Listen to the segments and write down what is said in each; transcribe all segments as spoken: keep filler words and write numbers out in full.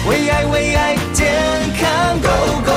为爱为爱健康 Go Go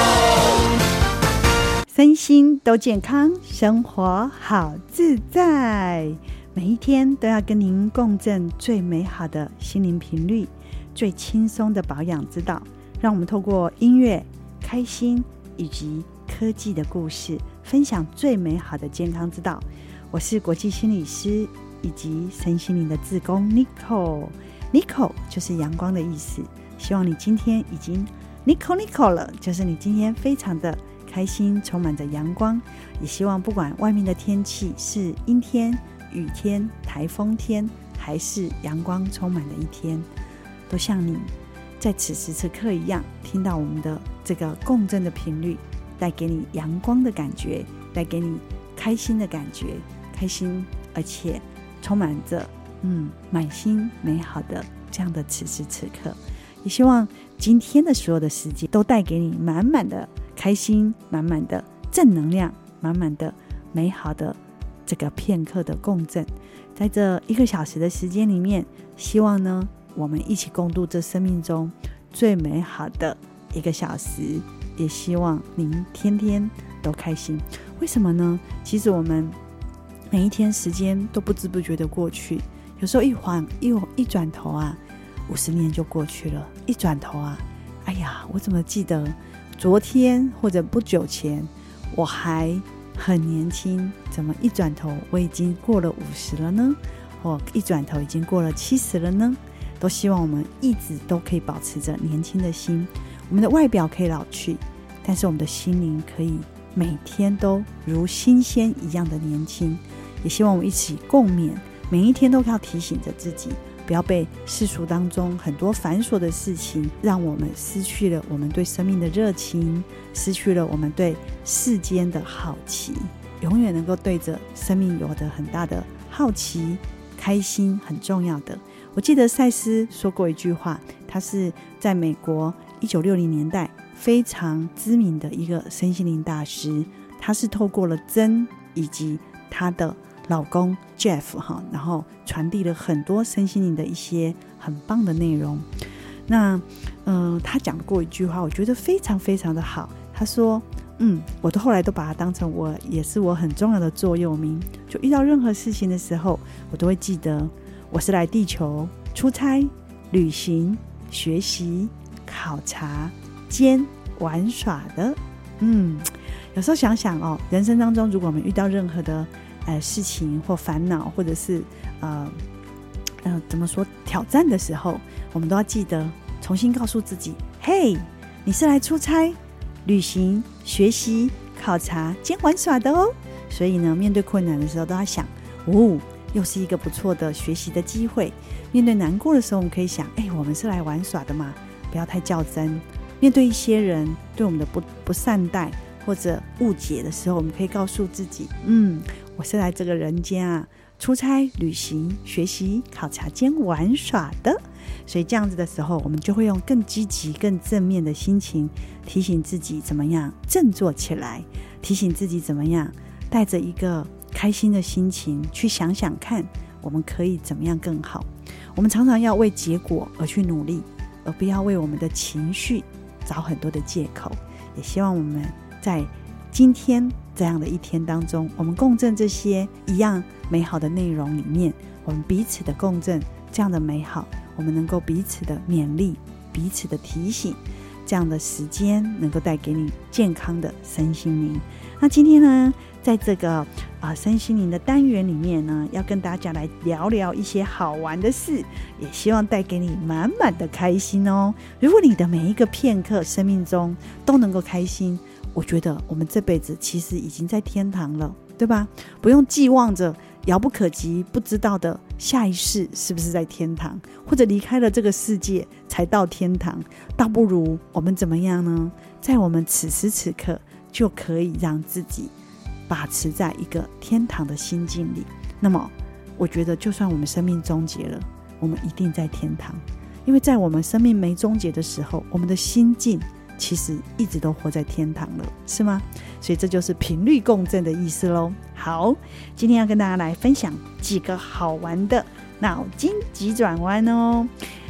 Go， 身心都健康，生活好自在。每一天都要跟您共振最美好的心灵频率，最轻松的保养之道。让我们透过音乐、开心以及科技的故事，分享最美好的健康之道。我是国际心理师以及身心灵的志工 Nico。 Nico 就是阳光的意思，希望你今天已经 Nico Nico 了，就是你今天非常的开心，充满着阳光。也希望不管外面的天气是阴天、雨天、台风天，还是阳光充满的一天，都像你在此时此刻一样，听到我们的这个共振的频率，带给你阳光的感觉，带给你开心的感觉，开心而且充满着嗯满心美好的这样的此时此刻。也希望今天的所有的时间都带给你满满的开心，满满的正能量，满满的美好的这个片刻的共振。在这一个小时的时间里面，希望呢我们一起共度这生命中最美好的一个小时，也希望您天天都开心。为什么呢？其实我们每一天时间都不知不觉的过去，有时候一晃一一转头啊，五十年就过去了。一转头啊，哎呀，我怎么记得昨天或者不久前我还很年轻，怎么一转头我已经过了五十了呢？或一转头已经过了七十了呢？都希望我们一直都可以保持着年轻的心。我们的外表可以老去，但是我们的心灵可以每天都如新鲜一样的年轻。也希望我们一起共勉，每一天都要提醒着自己，不要被世俗当中很多繁琐的事情让我们失去了我们对生命的热情，失去了我们对世间的好奇。永远能够对着生命有着很大的好奇，开心很重要的。我记得赛斯说过一句话，他是在美国一九六零年代非常知名的一个身心灵大师，他是透过了珍以及他的老公 Jeff 然后传递了很多身心灵的一些很棒的内容。那、呃、他讲过一句话，我觉得非常非常的好。他说嗯，我都后来都把它当成我也是我很重要的座右铭，就遇到任何事情的时候，我都会记得我是来地球出差、旅行、学习、考察兼玩耍的。嗯，有时候想想哦，人生当中如果我们遇到任何的呃事情或烦恼，或者是呃呃怎么说挑战的时候，我们都要记得重新告诉自己，嘿，你是来出差、旅行、学习、考察兼玩耍的哦。所以呢，面对困难的时候都要想，哦，又是一个不错的学习的机会。面对难过的时候，我们可以想，哎，我们是来玩耍的嘛，不要太较真。面对一些人对我们的 不, 不善待或者误解的时候，我们可以告诉自己，嗯，我是来这个人间啊，出差、旅行、学习、考察兼玩耍的。所以这样子的时候，我们就会用更积极、更正面的心情提醒自己怎么样振作起来，提醒自己怎么样带着一个开心的心情去想想看我们可以怎么样更好。我们常常要为结果而去努力，而不要为我们的情绪找很多的借口。也希望我们在今天这样的一天当中，我们共振这些一样美好的内容里面，我们彼此的共振这样的美好，我们能够彼此的勉励，彼此的提醒，这样的时间能够带给你健康的身心灵。那今天呢，在这个、呃、身心灵的单元里面呢，要跟大家来聊聊一些好玩的事，也希望带给你满满的开心哦。如果你的每一个片刻生命中都能够开心，我觉得我们这辈子其实已经在天堂了，对吧？不用寄望着遥不可及不知道的下一世是不是在天堂，或者离开了这个世界才到天堂，倒不如我们怎么样呢？在我们此时此刻就可以让自己把持在一个天堂的心境里。那么我觉得就算我们生命终结了，我们一定在天堂，因为在我们生命没终结的时候，我们的心境其实一直都活在天堂了，是吗？所以这就是频率共振的意思咯。好，今天要跟大家来分享几个好玩的脑筋急转弯哦。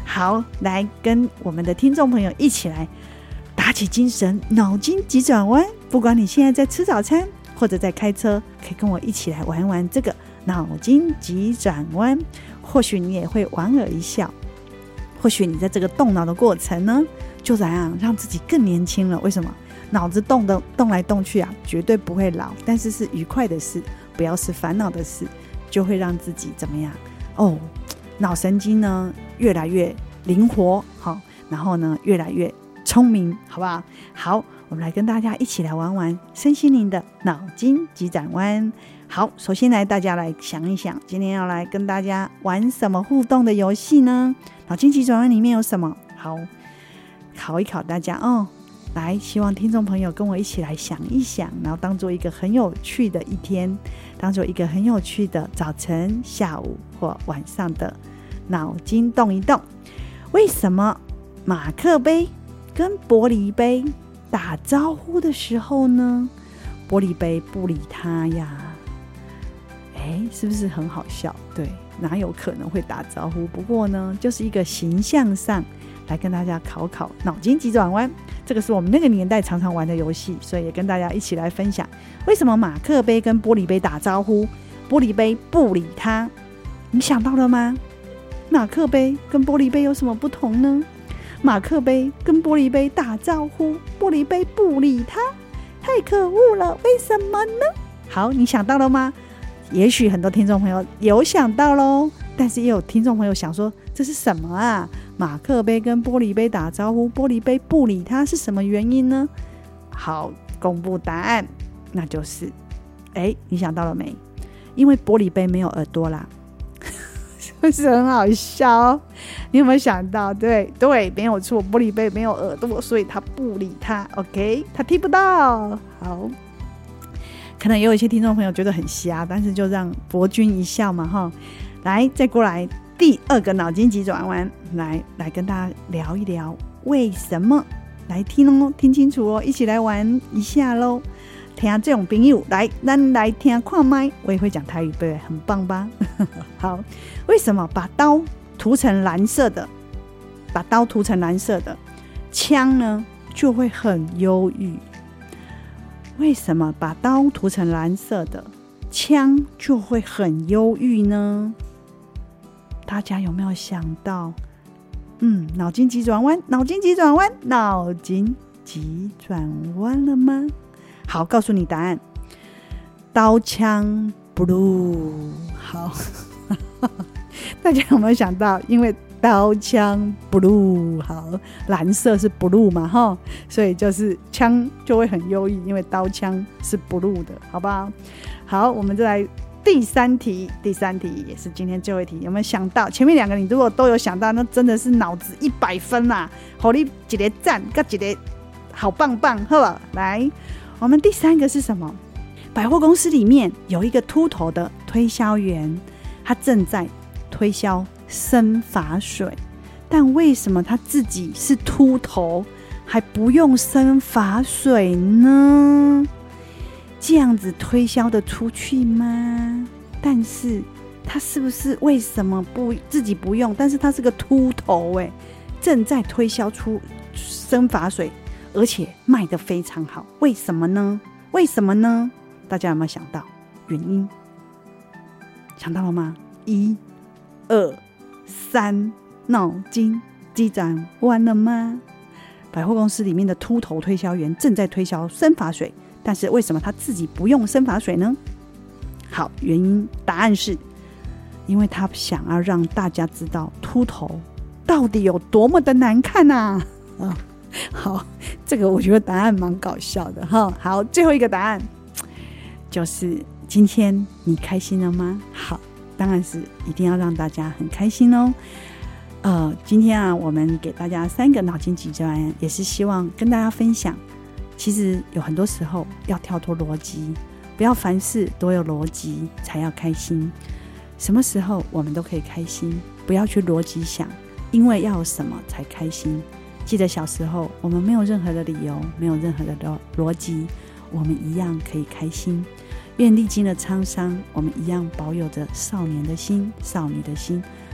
好，来跟我们的听众朋友一起来打起精神，脑筋急转弯。不管你现在在吃早餐或者在开车，可以跟我一起来玩玩这个脑筋急转弯，或许你也会莞尔一笑，或许你在这个动脑的过程呢，就怎样让自己更年轻了。为什么？脑子动的动来动去啊，绝对不会老，但是是愉快的事，不要是烦恼的事，就会让自己怎么样哦，脑神经呢越来越灵活，好，然后呢越来越聪明，好不好？好，我们来跟大家一起来玩玩身心灵的脑筋急转弯。好，首先来大家来想一想，今天要来跟大家玩什么互动的游戏呢？脑筋急转弯里面有什么？好，考一考大家哦。来，希望听众朋友跟我一起来想一想，然后当做一个很有趣的一天，当做一个很有趣的早晨、下午或晚上的脑筋动一动。为什么马克杯跟玻璃杯打招呼的时候呢，玻璃杯不理他呀？哎，是不是很好笑？对，哪有可能会打招呼？不过呢，就是一个形象上来跟大家考考脑筋急转弯。这个是我们那个年代常常玩的游戏，所以也跟大家一起来分享，为什么马克杯跟玻璃杯打招呼，玻璃杯不理他？你想到了吗？马克杯跟玻璃杯有什么不同呢？马克杯跟玻璃杯打招呼，玻璃杯不理他，太可恶了，为什么呢？好，你想到了吗？也许很多听众朋友有想到咯，但是也有听众朋友想说，这是什么啊？马克杯跟玻璃杯打招呼，玻璃杯不理他，是什么原因呢？好，公布答案，那就是哎，你想到了没？因为玻璃杯没有耳朵啦。是不是很好笑？你有没有想到？对对，没有错，玻璃杯没有耳朵，所以他不理他。 OK， 他听不到。好，可能也有一些听众朋友觉得很瞎，但是就让博君一笑嘛哈。来，再过来第二个脑筋急转弯，来来跟大家聊一聊为什么。来听哦，听清楚哦，一起来玩一下咯。听这种朋友，来，咱来听看麦。我也会讲台语，对不对？很棒吧？好，为什么把刀涂成蓝色的，把刀涂成蓝色的枪呢，就会很忧郁？为什么把刀涂成蓝色的枪就会很忧郁呢？大家有没有想到？嗯，脑筋急转弯，脑筋急转弯，脑筋急转弯了吗？好，告诉你答案，刀枪 blue。 好大家有没有想到，因为刀枪 blue， 好，蓝色是 blue 嘛齁，所以就是枪就会很忧郁，因为刀枪是 blue 的，好不好？好，我们再来第三题，第三题也是今天最后一题，有没有想到？前面两个你如果都有想到，那真的是脑子一百分啦，给你一个赞，跟一个好棒棒，好吧？来，我们第三个是什么？百货公司里面有一个秃头的推销员，他正在推销生发水，但为什么他自己是秃头，还不用生发水呢？这样子推销的出去吗？但是他是不是为什么不自己不用？但是他是个秃头哎，正在推销出生发水，而且卖得非常好，为什么呢？为什么呢？大家有没有想到原因？想到了吗？一、二、三，脑筋急转弯了吗？百货公司里面的秃头推销员正在推销生发水，但是为什么他自己不用生发水呢？好，原因答案是因为他想要让大家知道秃头到底有多么的难看啊！哦，好，这个我觉得答案蛮搞笑的哈。好，最后一个答案就是今天你开心了吗？好，当然是一定要让大家很开心哦。呃，今天啊，我们给大家三个脑筋急转弯，也是希望跟大家分享。其实有很多时候要跳脱逻辑，不要凡事都有逻辑才要开心。什么时候我们都可以开心，不要去逻辑想，因为要有什么才开心。记得小时候我们没有任何的理由，没有任何的逻辑，我们一样可以开心。愿历经了沧桑，我们一样保有着少年的心，少女的心。好，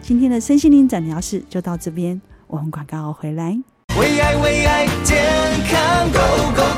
今天的身心灵诊疗室就到这边，我们广告回来。 为爱为爱健康 Go Go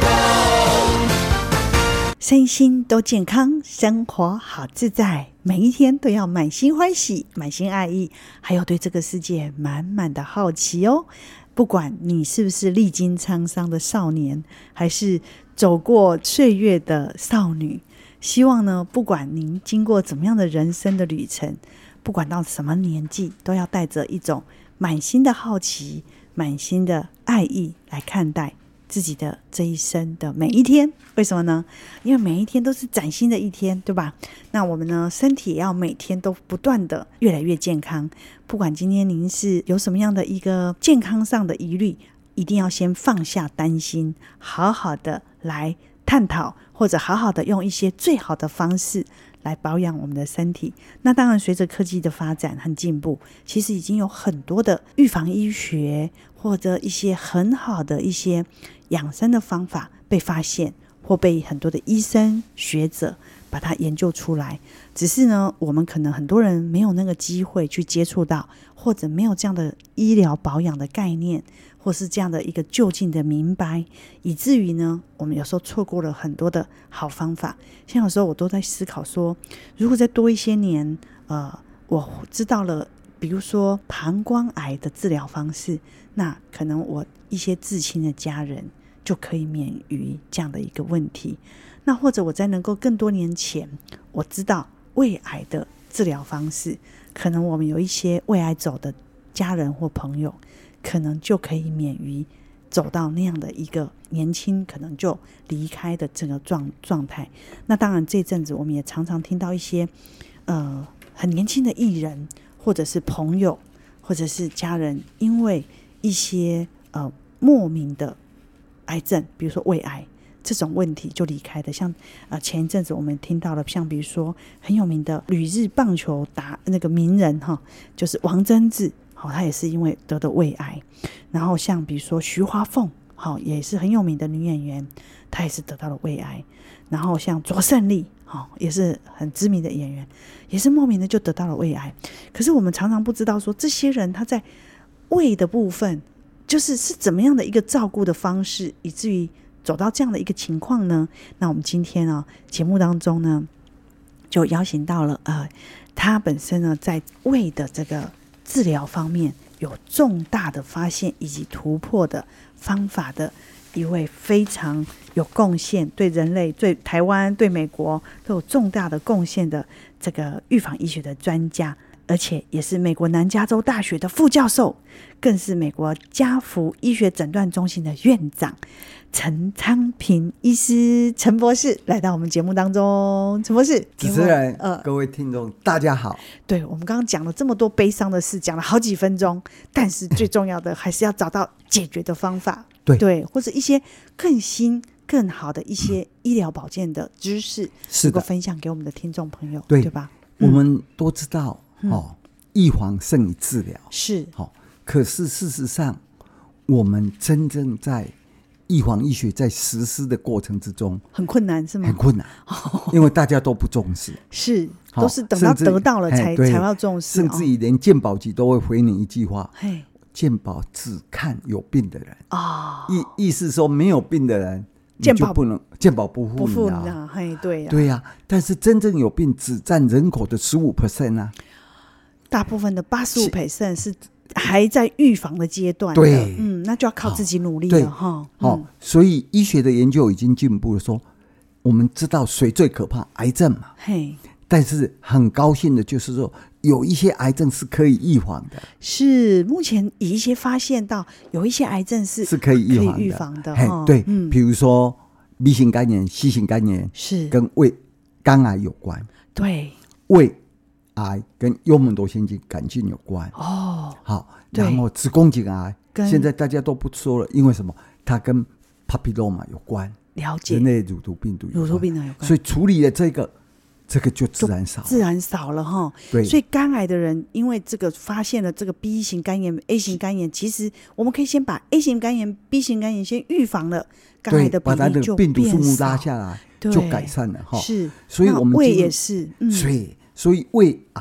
Go， 身心都健康，生活好自在，每一天都要满心欢喜，满心爱意，还有对这个世界满满的好奇哦。不管你是不是历经沧桑的少年，还是走过岁月的少女，希望呢，不管您经过怎么样的人生的旅程，不管到什么年纪，都要带着一种满心的好奇，满心的爱意来看待自己的这一生的每一天。为什么呢？因为每一天都是崭新的一天，对吧？那我们呢，身体也要每天都不断的越来越健康。不管今天您是有什么样的一个健康上的疑虑，一定要先放下担心，好好的来探讨，或者好好的用一些最好的方式来保养我们的身体。那当然随着科技的发展和进步，其实已经有很多的预防医学或者一些很好的一些养生的方法被发现，或被很多的医生学者把它研究出来。只是呢，我们可能很多人没有那个机会去接触到，或者没有这样的医疗保养的概念，或是这样的一个就近的明白，以至于呢，我们有时候错过了很多的好方法。像有时候我都在思考说，如果再多一些年，呃，我知道了，比如说膀胱癌的治疗方式，那可能我一些至亲的家人就可以免于这样的一个问题。那或者我在能够更多年前，我知道胃癌的治疗方式，可能我们有一些胃癌走的家人或朋友，可能就可以免于走到那样的一个年轻可能就离开的这个状状态。那当然这阵子我们也常常听到一些呃很年轻的艺人，或者是朋友，或者是家人，因为一些呃莫名的癌症，比如说胃癌这种问题就离开的。像呃前一阵子我们听到了，像比如说很有名的旅日棒球打那个名人哈，就是王贞治，好，他也是因为得的胃癌。然后像比如说徐华凤，好，也是很有名的女演员，她也是得到了胃癌。然后像卓胜利，好，也是很知名的演员，也是莫名的就得到了胃癌。可是我们常常不知道说，这些人他在胃的部分，就是是怎么样的一个照顾的方式，以至于走到这样的一个情况呢？那我们今天呢，节目当中呢，就邀请到了呃，他本身呢在胃的这个治疗方面有重大的发现以及突破的方法的一位非常有贡献，对人类、对台湾、对美国都有重大的贡献的这个预防医学的专家，而且也是美国南加州大学的副教授，更是美国家福医学诊断中心的院长陈昌平医师，陈博士来到我们节目当中。陈博士， 主持人、 呃、 各位听众大家好。 对，我们刚刚讲了这么多悲伤的事，讲了好几分钟，但是最重要的还是要找到解决的方法。 对对，或者一些更新更好的一些医疗保健的知识，能够分享给我们的听众朋友， 对, 对吧、 嗯、我们都知道、嗯哦、预防胜于治疗， 是、 哦、可是事实上我们真正在预防医学在实施的过程之中很困难，是吗？很困难、哦、因为大家都不重视， 是、哦、都是等到得到了才才要重视， 甚至于连健保局都会回你一句话，健保只看有病的人、哦、意, 意思说没有病的人你就不能健保不付你、啊、不付你啊，嘿，对呀、啊，对呀、啊。但是真正有病只占人口的十五 percent 啊， 大部分的八十五 percent 是还在预防的阶段的，对，嗯，那就要靠自己努力了哈。 好、嗯哦，所以医学的研究已经进步了，说我们知道谁最可怕，癌症嘛，嘿。但是很高兴的就是说，有一些癌症是可以预防的。是，目前有一些发现到有一些癌症是是可以预防的。预防的哦、对，嗯，比如说 B 型肝炎、C 型肝炎是跟胃肝癌有关。对，胃癌跟幽门螺旋菌杆菌有关。哦，好，然后子宫颈癌现在大家都不说了，因为什么？它跟 papilloma 有关。了解，人类乳头病毒有关。乳头病毒有关。所以处理了这个。这个就自然少了，自然少了哈。对，所以肝癌的人因为这个发现了这个 B 型肝炎、A 型肝炎，其实我们可以先把 A 型肝炎、B 型肝炎先预防了，肝癌的比例就变少，把它的病毒数目拉下来，就改善了哈。是，所以我们胃也是，嗯、所以所以胃癌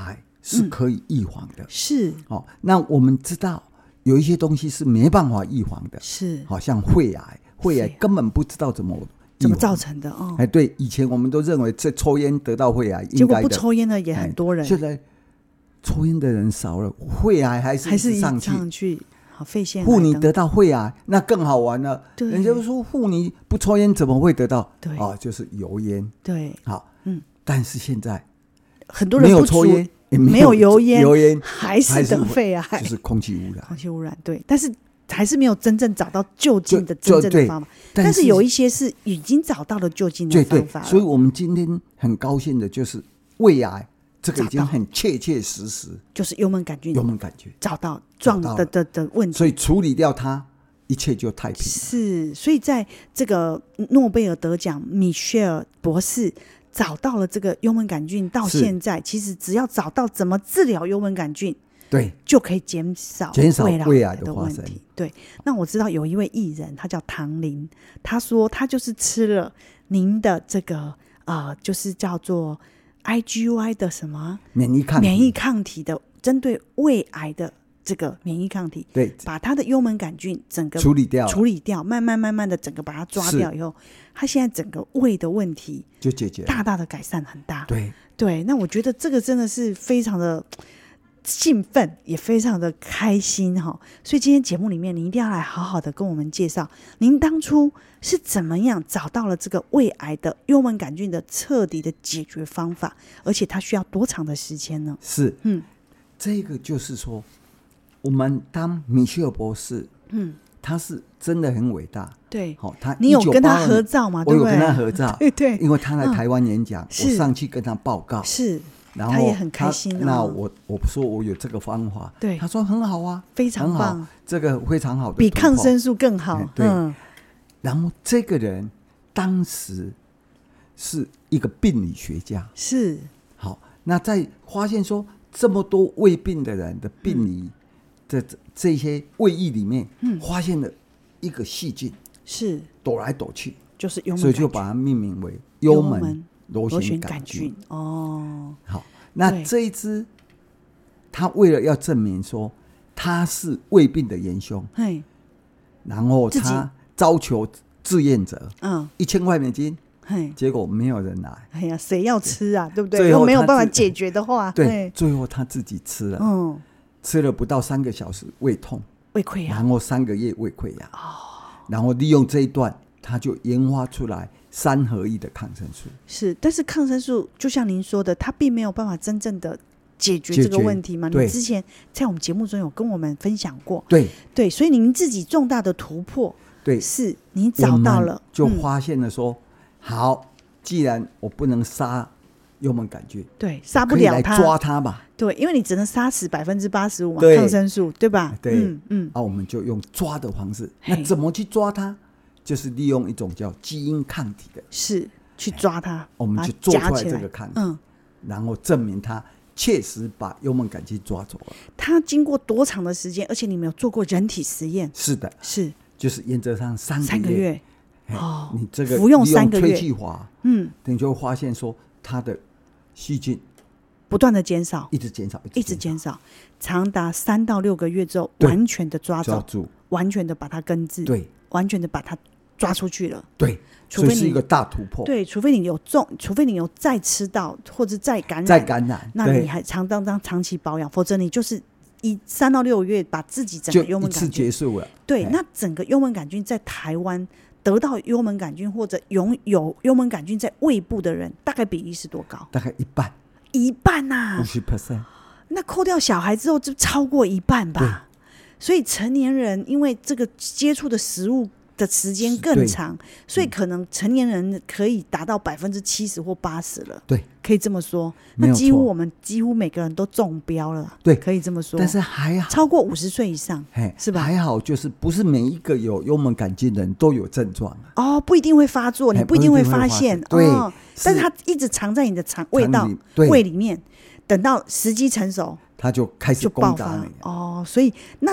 是可以预防的。 嗯、是哦，那我们知道有一些东西是没办法预防的， 是好像肺癌，肺癌根本不知道怎么怎么造成的哦。 哎，对，以前我们都认为这抽烟得到肺癌， 结果不抽烟的也很多人。 现在抽烟的人少了，肺癌还是还是上去。 上去好，肺腺癌妇女得到肺癌，那更好玩了。人家说妇女不抽烟怎么会得到？ 对， 哦，就是油烟。 对， 好， 嗯， 但是现在很多人没有抽烟，也没有油烟， 油烟还是得肺癌， 就是空气污染。 空气污染，对，但是还是没有真正找到就近的真正的方法。但是，但是有一些是已经找到了就近的方法了。 所以我们今天很高兴的就是胃癌。这个已经很切切实实， 就是幽门杆菌， 幽门杆菌找到撞的的的问题， 所以处理掉它，一切就太平了。 是，所以在这个诺贝尔得奖米歇尔博士找到了这个幽门杆菌，到现在其实只要找到怎么治疗幽门杆菌， 对， 就可以减少减少胃癌的问题。 对，那我知道有一位艺人，他叫唐玲，他说他就是吃了您的这个呃，就是叫做。I G Y 的什么免疫抗体免疫抗体的针对胃癌的这个免疫抗体， 对， 把它的幽门杆菌整个处理掉， 处理掉，慢慢慢慢的整个把它抓掉以后，它现在整个胃的问题就解决了， 大大的改善很大。 对对，那我觉得这个真的是非常的兴奋，也非常的开心哈。所以今天节目里面，您一定要来好好的跟我们介绍，您当初是怎么样找到了这个胃癌的幽门杆菌的彻底的解决方法，而且它需要多长的时间呢？ 是， 嗯， 这个就是说，我们当米歇尔博士，嗯，他是真的很伟大， 对， 好、哦，他你有跟他合照吗？ 我有跟他合照， 对对， 因为他来台湾演讲， 嗯、 我上去跟他报告， 是。 然后他也很开心、哦、 那我我说我有这个方法， 对， 他说很好啊， 非常棒， 这个非常好的， 比抗生素更好。 嗯、对、嗯，然后这个人当时是一个病理学家， 是好，那在发现说这么多胃病的人的病理的、嗯、这些胃液里面，嗯，发现了一个细菌， 是躲来躲去， 就是幽门杆菌， 所以就把它命名为幽门螺旋杆菌。 哦， 好，那这一支，他为了要证明说他是胃病的元凶， 嘿， 然后他要求志愿者， 嗯， 一千块美金， 嘿， 结果没有人来。 哎呀，谁要吃啊？对不对？又没有办法解决的话， 对，最后他自己吃了， 嗯， 吃了不到三个小时，胃痛， 胃溃疡， 然后三个月胃溃疡，哦，然后利用这一段，他就研发出来三合一的抗生素。 是，但是抗生素就像您说的，它并没有办法真正的解决这个问题嘛？你之前在我们节目中有跟我们分享过， 对对，所以您自己重大的突破， 对， 是你找到了， 就发现了说，嗯、好，既然我不能杀幽门杆菌， 对，杀不了它， 可以来抓它吧？ 对，因为你只能杀死百分之八十五嘛，抗生素，对吧？ 对， 嗯嗯， 啊，我们就用抓的方式，那怎么去抓它？就是利用一种叫基因抗体的， 是去抓它， 我们就做出来这个抗体，嗯，然后证明它确实把幽门杆菌抓走了。 它经过多长的时间？而且你们有做过人体实验？ 是的， 是， 就是原则上三个月， 三个月哦，你这个服用三个月， 推气法，嗯，你就会发现说它的细菌不断的减少， 一直减少， 一直减少，长达三到六个月之后，完全的抓走， 抓完全的把它根治， 对， 完全的把它抓出去了， 对，除非你所以是一个大突破， 对，除非你有中，除非你有再吃到或者再感染， 再感染， 那你还长当当长期保养，否则你就是一三到六个月把自己整个幽门杆菌就一次结束了。 对，那整个幽门杆菌在台湾得到幽门杆菌或者拥有幽门杆菌在胃部的人，大概比例是多高？ 大概一半， 一半呐、啊， 五十 percent。 那扣掉小孩之后，就超过一半吧。所以成年人因为这个接触的食物的时间更长，所以可能成年人可以达到百分之七十或八十了。 对， 可以这么说。那几乎我们几乎每个人都中标了。 对， 可以这么说。 但是还好， 超过五十岁以上，是吧？ 还好，就是不是每一个有幽门杆菌的人都有症状啊。 哦，不一定会发作，你不一定会发现。 对、 哦，但是它一直藏在你的肠胃道、胃里面，等到时机成熟， 它就开始攻打你。 哦，所以那。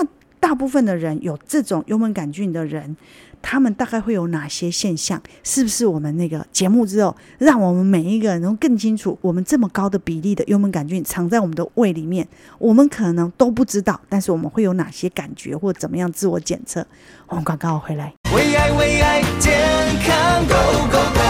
大部分的人有这种幽门杆菌的人，他们大概会有哪些现象？是不是我们那个节目之后，让我们每一个人能更清楚，我们这么高的比例的幽门杆菌藏在我们的胃里面，我们可能都不知道，但是我们会有哪些感觉，或怎么样自我检测？我们广告回来， 为爱为爱健康 Go Go Go。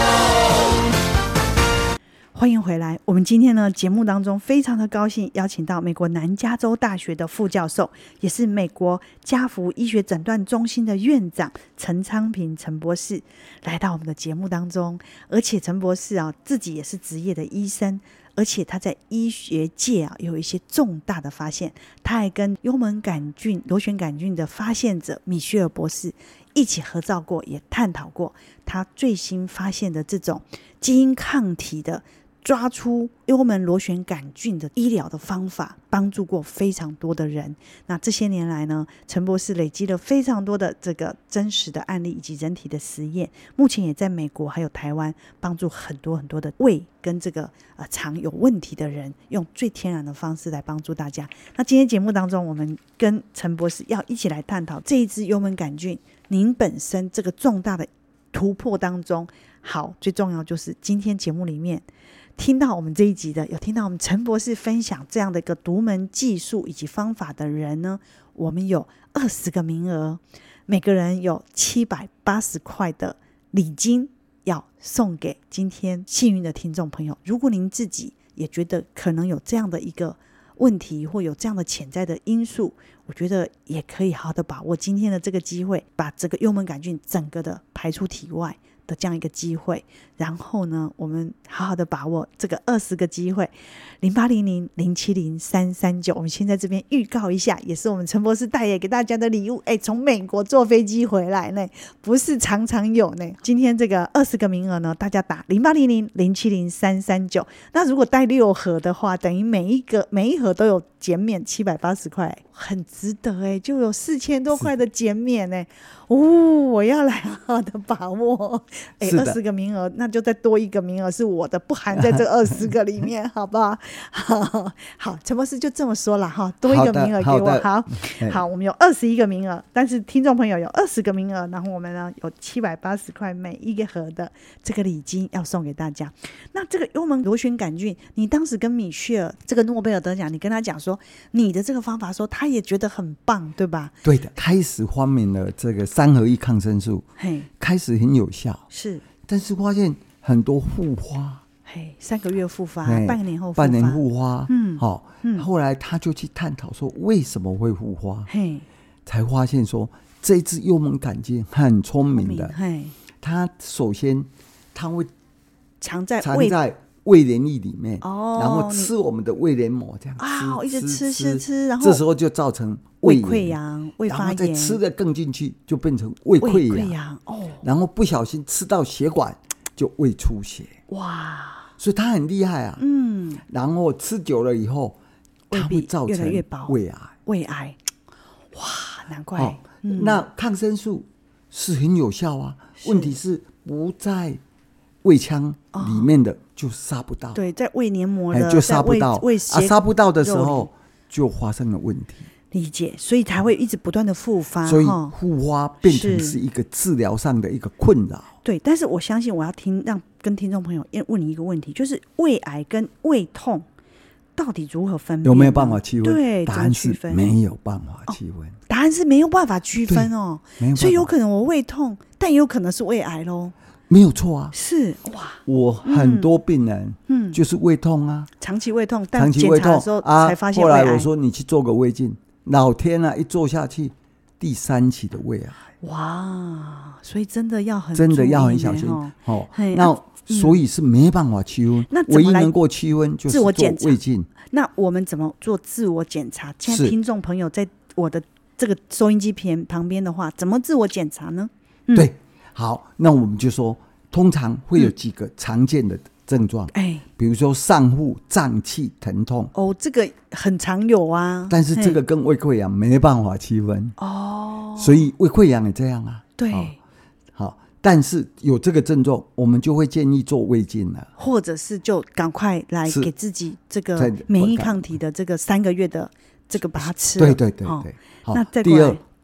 欢迎回来。我们今天呢节目当中非常的高兴邀请到美国南加州大学的副教授，也是美国家福医学诊断中心的院长陈昌平陈博士来到我们的节目当中。而且陈博士啊自己也是职业的医生，而且他在医学界啊有一些重大的发现，他还跟幽门杆菌螺旋杆菌的发现者米歇尔博士一起合照过，也探讨过他最新发现的这种基因抗体的抓出幽门螺旋杆菌的医疗的方法，帮助过非常多的人。那这些年来呢，陈博士累积了非常多的这个真实的案例以及人体的实验，目前也在美国还有台湾帮助很多很多的胃跟这个呃肠有问题的人，用最天然的方式来帮助大家。那今天节目当中，我们跟陈博士要一起来探讨这一支幽门杆菌您本身这个重大的突破当中，好，最重要就是今天节目里面听到我们这一集的，有听到我们陈博士分享这样的一个独门技术以及方法的人呢，我们有二十个名额，每个人有七百八十块的礼金要送给今天幸运的听众朋友。如果您自己也觉得可能有这样的一个问题，或有这样的潜在的因素，我觉得也可以好好的把握今天的这个机会，把这个幽门杆菌整个的排出体外的这样一个机会。然后呢，我们好好的把握这个二十个机会，零八零零零七零三三九。我们先在这边预告一下，也是我们陈博士带也给大家的礼物。哎，从美国坐飞机回来呢，不是常常有呢。今天这个二十个名额呢，大家打零八零零零七零三三九。那如果带六盒的话，等于每一个每一盒都有减免七百八十块，很值得哎，就有四千多块的减免哎。哦，我要来好好的把握。哎，二十个名额，那就再多一个名额是我的，不含在这二十个里面，好不好？好，好，陈博士就这么说了哈，多一个名额给我。好，好，好，我们有二十一个名额，但是听众朋友有二十个名额，然后我们呢有七百八十块每一个盒的这个礼金要送给大家。那这个幽门螺旋杆菌，你当时跟米歇尔这个诺贝尔得奖，你跟他讲说你的这个方法，说他也觉得很棒，对吧？ 对的，开始发明了这个三合一抗生素，嘿，开始很有效， 是， 但是发现很多复发， 嘿，三个月复发，半年后复发， 半年复发， 嗯， 好、哦嗯，后来他就去探讨说为什么会复发， 嘿， 才发现说这只幽门杆菌很聪明的， 嘿， 它首先它会藏在藏在胃黏液里面， 哦， 然后吃我们的胃黏膜，这样吃、 啊、一直吃吃吃，然后这时候就造成胃溃疡、胃发炎， 然后再吃的更进去，就变成胃溃疡， 胃溃疡哦， 然后不小心吃到血管，就胃出血， 哇！ 所以它很厉害啊，嗯，然后吃久了以后，它会造成胃癌， 胃癌，哇，难怪。 哦嗯、那抗生素是很有效啊，问题是不在胃腔里面的就杀不到，哦、 对，在胃黏膜的就杀不到， 胃啊，杀不到的时候就发生了问题。 理解，所以才会一直不断的复发， 所以复发变成是一个治疗上的一个困扰。 对，但是我相信我要听让跟听众朋友问你一个问题，就是胃癌跟胃痛到底如何分辨？ 有没有办法区分？ 对， 答案是没有办法区分、哦。 答案是没有办法区分哦，所以有可能我胃痛，但也有可能是胃癌咯。 没有错啊， 是哇， 我很多病人，嗯，就是胃痛啊， 嗯、长期胃痛，但检查的时候才发现胃癌、 啊、后来我说你去做个胃镜，老天啊，一做下去，第三期的胃癌， 哇，所以真的要很真的要很小心哦。那、啊嗯、所以是没办法区分，那唯一能够区分就是做胃镜。 那我们怎么做自我检查？现在听众朋友在我的这个收音机旁边的话，怎么自我检查呢？ 嗯、对。好，那我们就说，通常会有几个常见的症状，哎、嗯，比如说上腹胀气疼痛， 哦，这个很常有啊， 但是这个跟胃溃疡没办法区分，哦，所以胃溃疡也这样啊， 对， 哦、好，但是有这个症状，我们就会建议做胃镜了， 或者是就赶快来给自己这个免疫抗体的这个三个月的这个把它吃了， 对对对对。 哦、那再第二，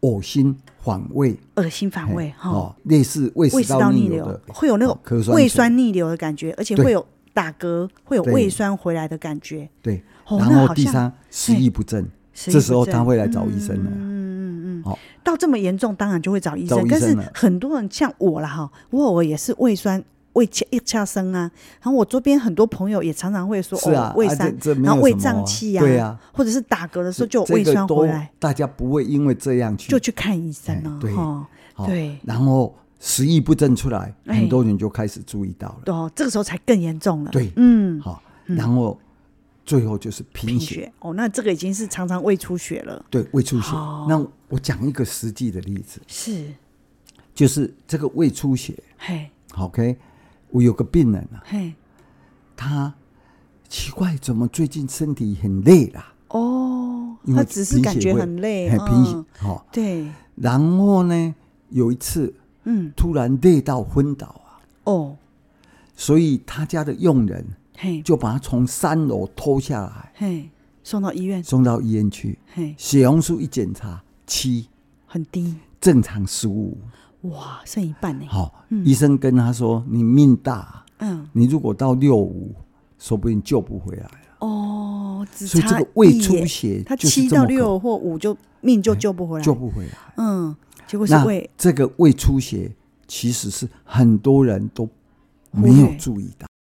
恶心反胃， 恶心反胃、 哦、类似胃食道逆流的， 会有那种胃酸逆流的感觉，而且会有打嗝，会有胃酸回来的感觉。 对，哦、然后第三食欲不振，这时候他会来找医生了。 嗯嗯嗯， 哦， 到这么严重，当然就会找医生。但是很多人像我啦哈，我偶尔也是胃酸。胃一掐生啊，然后我周边很多朋友也常常会说， 是啊， 哦、胃酸、 啊、 然后胃胀气啊， 对啊， 或者是打嗝的时候就有胃酸回来， 这个、大家不会因为这样去就去看医生了、啊， 对、 哦、对， 然后食欲不振出来，很多人就开始注意到了， 哦，这个时候才更严重了， 对， 嗯， 好，然后最后就是贫血， 贫血哦，那这个已经是常常胃出血了， 对，胃出血。哦、那我讲一个实际的例子， 是， 就是这个胃出血， 嘿 ，OK。我有个病人啊， 嘿， 他奇怪怎么最近身体很累啦？ 哦，他只是感觉很累， 很贫血，好、哦， 对。 然后呢，有一次，嗯，突然累到昏倒啊， 哦， 所以他家的佣人， 嘿， 就把他从三楼拖下来， 嘿，送到医院， 送到医院去， 嘿， 血红素一检查七， 很低， 正常十五。 哇，剩一半呢！ 好、嗯，医生跟他说：“你命大， 嗯， 你如果到六五，说不定救不回来了。” 哦，只差所以这个胃出血， 他七到六或五就命就救不回来， 救不回来。 嗯，结果是胃这个胃出血，其实是很多人都没有注意到。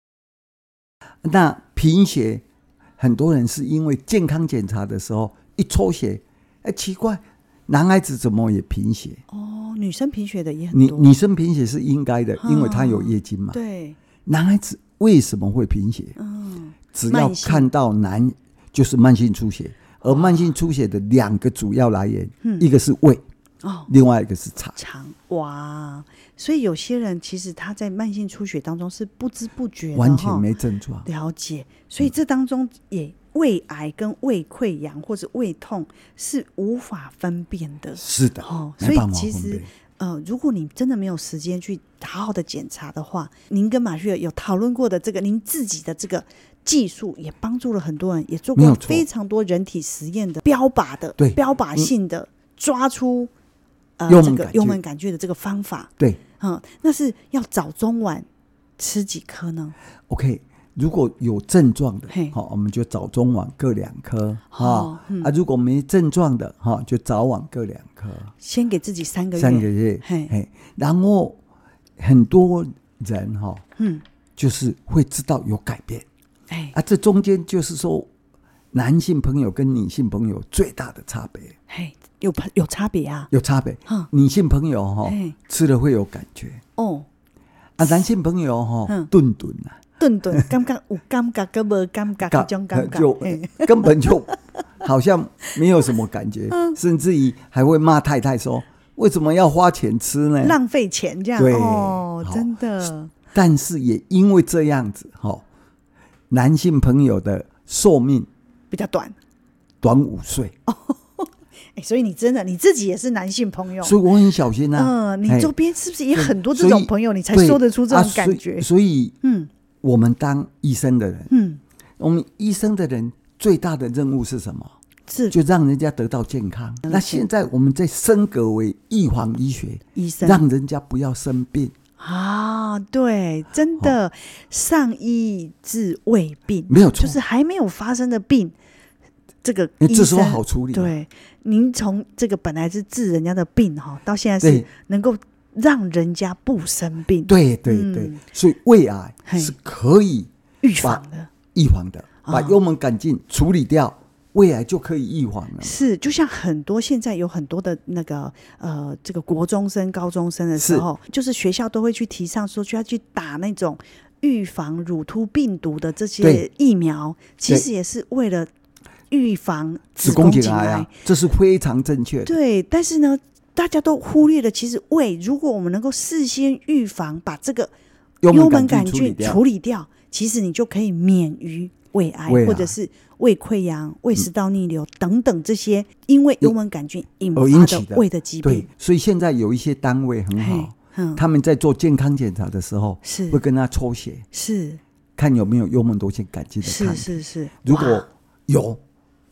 那贫血，很多人是因为健康检查的时候一抽血，哎，奇怪。男孩子怎么也贫血？ 哦，女生贫血的也很多。女生贫血是应该的，因为她有月经嘛。 对。 男孩子为什么会贫血？ 嗯， 只要看到男就是慢性出血，而慢性出血的两个主要来源，嗯、一个是胃，哦，另外一个是肠。 肠哇，所以有些人其实他在慢性出血当中是不知不觉的， 完全没症状。 了解，所以这当中也。胃癌跟胃溃疡或者胃痛是无法分辨的， 是的， 哦，所以其实呃，如果你真的没有时间去好好的检查的话，您跟马旭有讨论过的这个您自己的这个技术，也帮助了很多人，也做过非常多人体实验的标靶的、对标靶性的、嗯、抓出呃这个幽门杆菌的这个方法， 对， 嗯，那是要早中晚吃几颗呢 ？OK。如果有症状的，好，我们就早中晚各两颗，哈、嗯、啊，如果没症状的，哈，就早晚各两颗。 先给自己三个月， 三个月，嘿，嘿然后很多人哈，嗯，就是会知道有改变，哎，啊，这中间就是说，男性朋友跟女性朋友最大的差别， 嘿，有有差别啊， 有差别，嗯，女性朋友哈吃了会有感觉，哦，啊，男性朋友哈顿顿啊。 顿顿感觉有感觉跟没感觉这种感觉就根本就好像没有什么感觉、嗯、甚至于还会骂太太说为什么要花钱吃呢， 浪费钱这样。对哦，真的。 但是也因为这样子、哦、男性朋友的寿命比较短， 短五岁、哦欸、所以你真的你自己也是男性朋友， 所以我很小心啊。 嗯，你周边是不是也很多这种朋友，你才说得出这种感觉？ 啊、所以，所以嗯。我们当医生的人，嗯，我们医生的人最大的任务是什么？是就让人家得到健康。那现在我们在升格为预防医学医生，让人家不要生病啊。对，真的、哦、上医治未病， 没有错， 就是还没有发生的病，这个医生这时候好处理。 对，您从这个本来是治人家的病哈，到现在是能够。让人家不生病， 对对对、嗯，所以胃癌是可以预防的， 预防的，把幽门杆菌处理掉，胃癌就可以预防了。 是，就像很多现在有很多的那个呃，这个国中生、高中生的时候，就是学校都会去提倡说，就要去打那种预防乳突病毒的这些疫苗，其实也是为了预防子宫颈癌啊， 这是非常正确的。 对，但是呢。大家都忽略了，其实胃，如果我们能够事先预防，把这个幽门杆菌处理掉，其实你就可以免于胃癌，胃或者是胃溃疡、胃食道逆流、嗯、等等这些因为幽门杆菌引发的胃的疾病。 对，所以现在有一些单位很好，嗯、他们在做健康检查的时候，是会跟他抽血， 是看有没有幽门多腺杆菌的抗体。 是是是， 如果有，就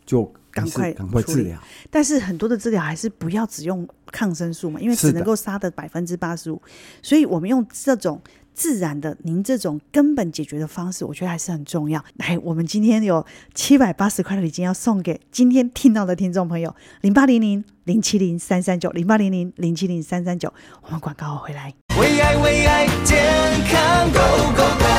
赶快赶快治疗。 但是很多的治疗还是不要只用抗生素嘛，因为只能够杀的百分之八十五，所以我们用这种自然的您这种根本解决的方式，我觉得还是很重要。来，我们今天有七百八十块的礼金要送给今天听到的听众朋友，零八零零零七零三三九零八零零零七零三三九。我们广告回来， 为爱为爱健康 Go Go Go，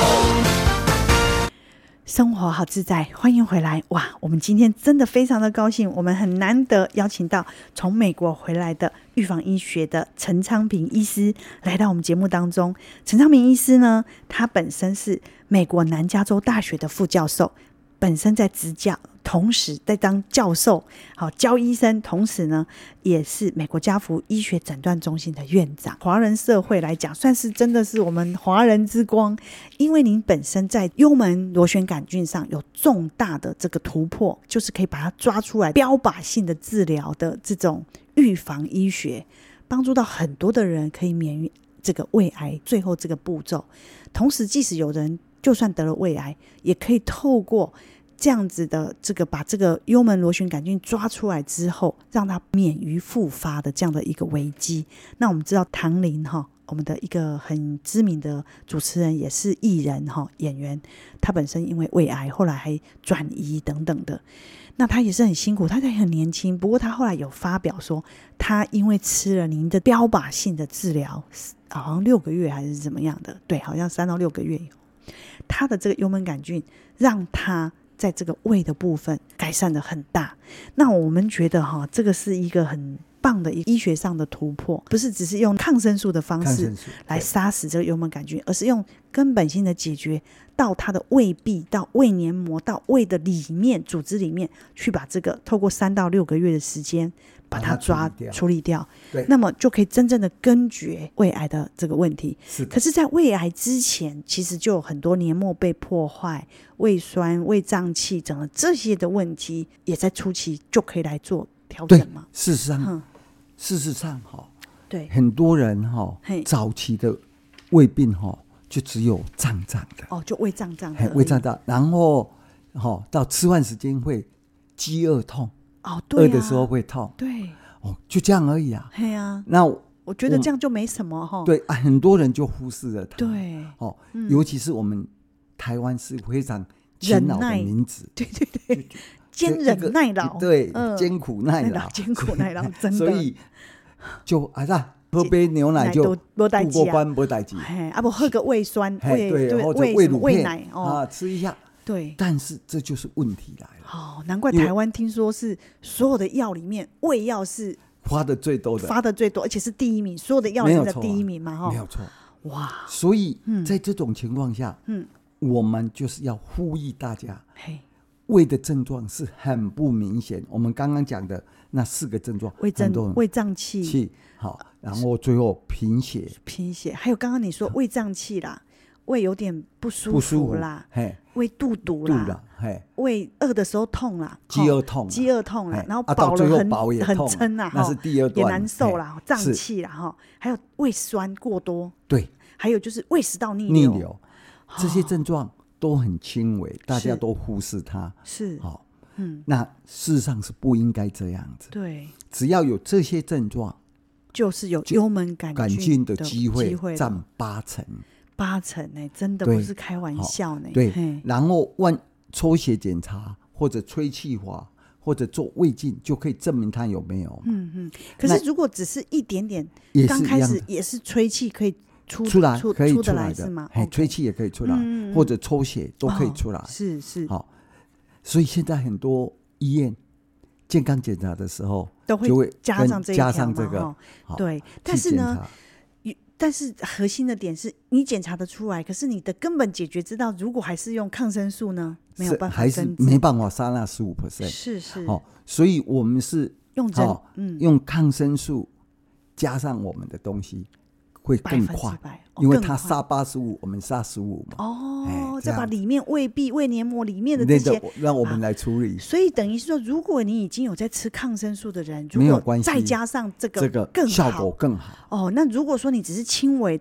生活好自在，欢迎回来。哇，我们今天真的非常的高兴，我们很难得邀请到从美国回来的预防医学的陈昌平医师来到我们节目当中。陈昌平医师呢，他本身是美国南加州大学的副教授，本身在执教，同时在当教授，好教医生，同时呢也是美国家福医学诊断中心的院长。华人社会来讲，算是真的是我们华人之光，因为您本身在幽门螺旋杆菌上有重大的这个突破，就是可以把它抓出来，标靶性的治疗的这种预防医学，帮助到很多的人可以免于这个胃癌最后这个步骤。同时即使有人就算得了胃癌，也可以透过这样子的这个把这个幽门螺旋杆菌抓出来之后，让它免于复发的这样的一个危机。那我们知道唐玲哈，我们的一个很知名的主持人，也是艺人哈演员，他本身因为胃癌后来还转移等等的，那他也是很辛苦，他也很年轻，不过他后来有发表说，他因为吃了您的标靶性的治疗，好像六个月还是怎么样的，对，好像三到六个月以后，他的这个幽门杆菌让他在这个胃的部分改善的很大。那我们觉得哈，这个是一个很棒的医学上的突破，不是只是用抗生素的方式来杀死这个幽门杆菌，而是用根本性的解决到它的胃壁，到胃黏膜，到胃的里面组织里面去，把这个透过三到六个月的时间把它抓处理掉， 对， 那么就可以真正的根绝胃癌的这个问题。 是， 可是在胃癌之前，其实就有很多黏膜被破坏，胃酸、胃胀气整个这些的问题，也在初期就可以来做调整嘛。 事实上、嗯、事实上对， 很多人早期的胃病就只有胀胀的， 哦，就胃胀胀的， 胃胀胀，然后到吃饭时间会饥饿痛， 哦，对啊， 饿的时候会痛， 对， 哦，就这样而已啊。 对啊， 那我觉得这样就没什么哈。 对啊，很多人就忽视了它。 对， 哦，嗯、尤其是我们台湾是非常勤劳的民族， 对对对，坚忍耐劳， 对，嗯、艰苦耐劳， 艰苦耐劳，真的。 所以就啊，喝杯牛奶就过关没代志， 啊不喝个胃酸， 胃对，或者胃乳片奶哦啊吃一下。 对， 但是这就是问题来了。 哦，难怪台湾听说是所有的药里面，胃药是发的最多的， 发的最多，而且是第一名，所有的药里面的第一名嘛，哈， 没有错。 哇， 所以在这种情况下，嗯，我们就是要呼吁大家，嘿，胃的症状是很不明显。我们刚刚讲的那四个症状， 胃胀、胃胀气， 气好，然后最后贫血， 贫血，还有刚刚你说胃胀气啦。胃有点不舒服啦，胃肚肚啦，胃饿的时候痛啦， 饥饿痛， 饥饿痛啦，然后饱了很很撑啦， 那是第二段也难受啦，胀气啦哈，还有胃酸过多， 对， 还有就是胃食道逆流，逆流这些症状都很轻微，大家都忽视它， 是好， 嗯，那事实上是不应该这样子， 对， 只要有这些症状， 就是有幽门杆菌的机会占八成。 八成呢、欸，真的不是开玩笑呢、欸。 对，然后万抽血检查或者吹气法或者做胃镜，就可以证明它有没有。 嗯嗯。可是如果只是一点点，刚开始也是吹气可以出出来， 出可以出得来出来的是吗？ 哎，吹气也可以出来，嗯、或者抽血都可以出来。 哦、是是。 好，所以现在很多医院健康检查的时候都会加上这一加上这个， 对，但是呢。但是核心的点是你检查得出来，可是你的根本解决之道，如果还是用抗生素呢，没有办法， 还是没办法杀那十五 percent。 是是、 哦，所以我们是用针、哦嗯， 用抗生素加上我们的东西会更快，哦、因为它杀八十五，我们杀十五嘛。 哦，再把里面胃壁、胃黏膜里面的这些， 让我们来处理。 啊、所以等于是说，如果你已经有在吃抗生素的人， 没有关系， 再加上这个， 这个效果更好。 哦，那如果说你只是轻微的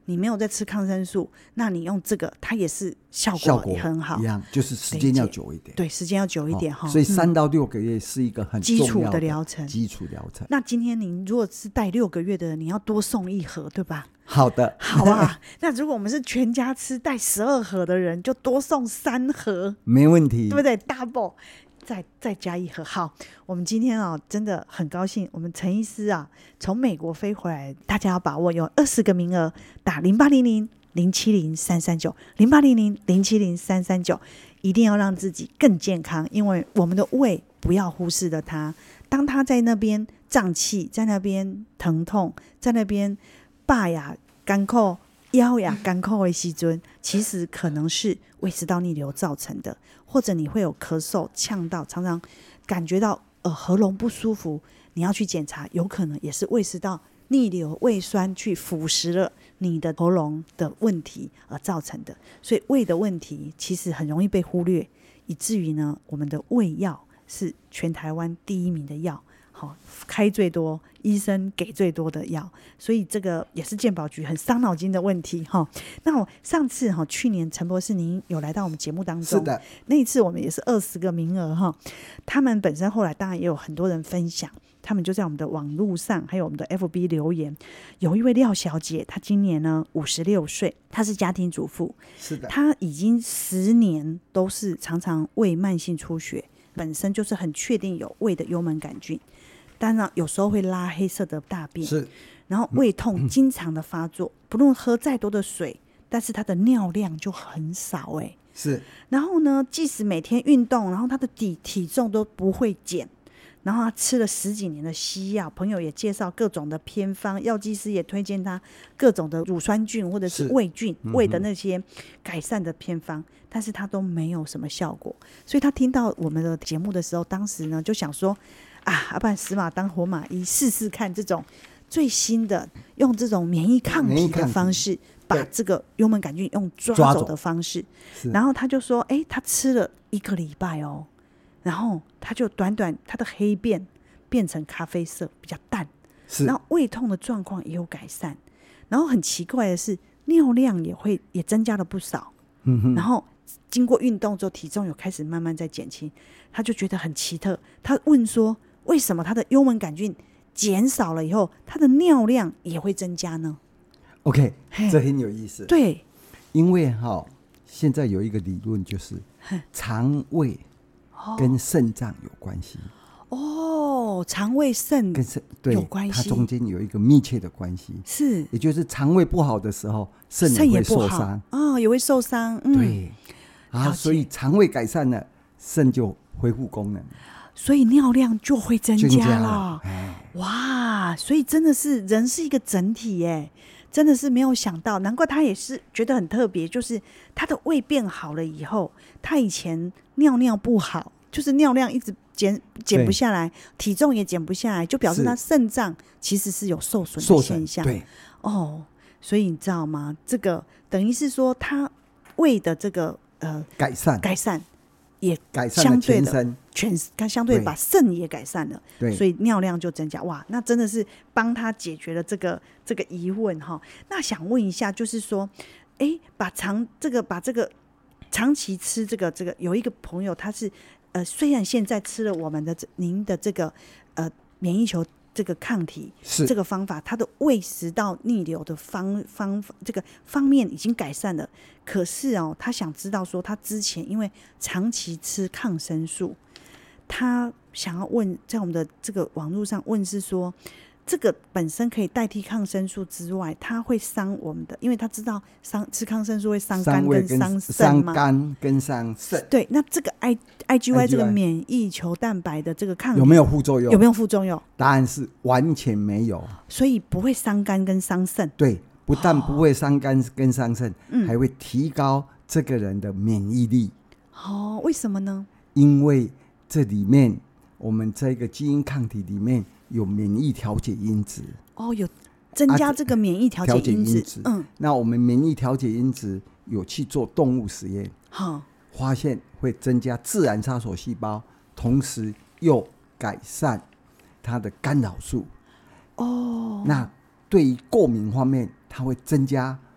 你没有在吃抗生素，那你用这个它也是效果也很好， 一样，就是时间要久一点。 对，时间要久一点哈、哦。 所以三到六个月是一个很重要的基础的疗程。 基础疗程。 那今天您如果是带六个月的，你要多送一盒，对吧？ 好的， 好啊。那如果我们是全家吃带十二盒的人，就多送三盒， 没问题， 对不对 ？Double。再再加一盒。好，我们今天啊真的很高兴，我们陈医师啊从美国飞回来，大家要把握，有二十个名额，打零八零零零七零三三九零八零零零七零三三九，一定要让自己更健康，因为我们的胃不要忽视了它，当它在那边胀气，在那边疼痛，在那边霸呀干扣腰呀干扣的时阵，其实可能是胃食道逆流造成的，或者你会有咳嗽、呛到，常常感觉到呃喉咙不舒服，你要去检查，有可能也是胃食道逆流、胃酸去腐蚀了你的喉咙的问题而造成的。所以胃的问题其实很容易被忽略，以至于呢，我们的胃药是全台湾第一名的药。好，开最多，医生给最多的药，所以这个也是健保局很伤脑筋的问题哈。那我上次哈，去年陈博士您有来到我们节目当中， 是的， 那一次我们也是二十个名额哈。他们本身后来当然也有很多人分享，他们就在我们的网络上还有我们的 F B 留言。有一位廖小姐，她今年呢五十六岁，她是家庭主妇， 是的， 她已经十年都是常常胃慢性出血，本身就是很确定有胃的幽门杆菌。当然有时候会拉黑色的大便， 是， 然后胃痛经常的发作，不论喝再多的水，但是他的尿量就很少哎、欸， 是。 然后呢，即使每天运动，然后他的体体重都不会减，然后他吃了十几年的西药，朋友也介绍各种的偏方，药剂师也推荐他各种的乳酸菌或者是胃菌、嗯、胃的那些改善的偏方，但是他都没有什么效果。所以他听到我们的节目的时候，当时呢就想说啊，要不然死马当活马医，试试看这种最新的用这种免疫抗体的方式，把这个幽门杆菌用抓走的方式。然后他就说，哎、欸，他吃了一个礼拜哦，然后他就短短他的黑便变成咖啡色，比较淡，然后胃痛的状况也有改善，然后很奇怪的是尿量也会也增加了不少，嗯哼，然后经过运动之后体重有开始慢慢在减轻，他就觉得很奇特，他问说为什么他的幽门杆菌减少了以后他的尿量也会增加呢？ OK， 这很有意思。 对， 因为哈，现在有一个理论就是肠胃跟肾脏有关系哦，肠胃肾跟肾对有关系， 它中间有一个密切的关系， 是， 也就是肠胃不好的时候，肾也会受伤哦，也会受伤，嗯， 对啊，所以肠胃改善了，肾就恢复功能， 所以尿量就会增加了， 哎， 哇，所以真的是人是一个整体耶，真的是没有想到，难怪他也是觉得很特别，就是他的胃变好了以后，他以前尿尿不好，就是尿量一直减减不下来，体重也减不下来，就表示他肾脏其实是有受损的现象。 对， 哦，所以你知道吗？这个等于是说他胃的这个呃改善改善也改善了全身， 全他相对把肾也改善了， 对， 所以尿量就增加。哇，那真的是帮他解决了这个这个疑问哈。那想问一下，就是说，哎，把长这个把这个长期吃这个这个，有一个朋友他是呃，虽然现在吃了我们的您的这个呃免疫球这个抗体这个方法，他的胃食道逆流的方方这个方面已经改善了，可是哦，他想知道说他之前因为长期吃抗生素，他想要问在我们的这个网络上问是说，这个本身可以代替抗生素之外，它会伤我们的，因为他知道伤吃抗生素会伤肝跟伤肾嘛， 伤肝跟伤肾。 对，那这个 I I G Y 这个免疫球蛋白的这个抗体有没有副作用？ 有没有副作用？ 答案是完全没有， 所以不会伤肝跟伤肾。 对，不但不会伤肝跟伤肾， 哦， 还会提高这个人的免疫力。 哦，为什么呢？ 因为这里面我们这个基因抗体里面有免疫调节因子， 哦，有增加这个免疫调节因子，啊，因子嗯，那我们免疫调节因子有去做动物实验， 好， 发现会增加自然杀手细胞，同时又改善它的干扰素。 哦， 那对于过敏方面，它会增加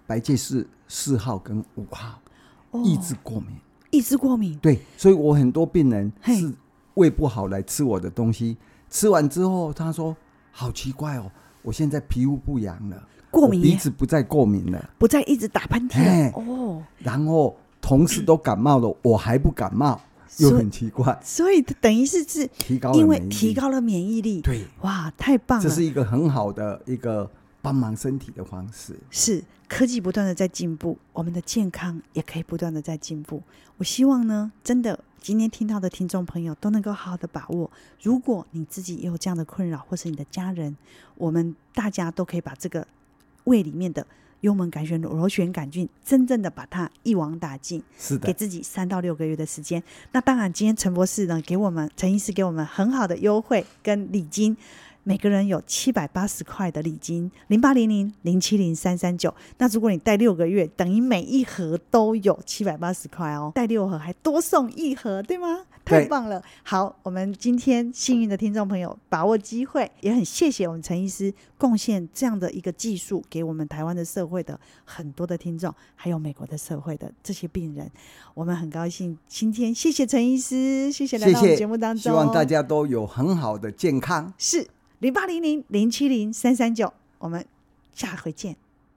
白介氏四号跟五号，哦，抑制过敏， 抑制过敏， 对，所以我很多病人是胃不好来吃我的东西，吃完之后他说好奇怪哦，我现在皮肤不痒了，过敏，鼻子不再过敏了， 不再一直打喷嚏哦， 然后同事都感冒了，我还不感冒，又很奇怪， 所以等于是是提高了免疫力， 因为提高了免疫力， 对， 哇，太棒了， 这是一个很好的一个帮忙身体的方式。 是科技不断的在进步，我们的健康也可以不断的在进步。我希望呢，真的今天听到的听众朋友都能够好好的把握。如果你自己也有这样的困扰，或是你的家人，我们大家都可以把这个胃里面的幽门杆菌、螺旋杆菌真正的把它一网打尽， 是的， 给自己三到六个月的时间。那当然，今天陈博士呢，给我们陈医师给我们很好的优惠跟礼金。每个人有七百八十块的礼金，零八零零零七零三三九。那如果你带六个月，等于每一盒都有七百八十块哦，带六盒还多送一盒，对吗？太棒了！好，我们今天幸运的听众朋友把握机会，也很谢谢我们陈医师贡献这样的一个技术给我们台湾的社会的很多的听众，还有美国的社会的这些病人，我们很高兴今天谢谢陈医师，谢谢来到我们节目当中， 谢谢，希望大家都有很好的健康。 是零八零零零七零三三九，我们下回见。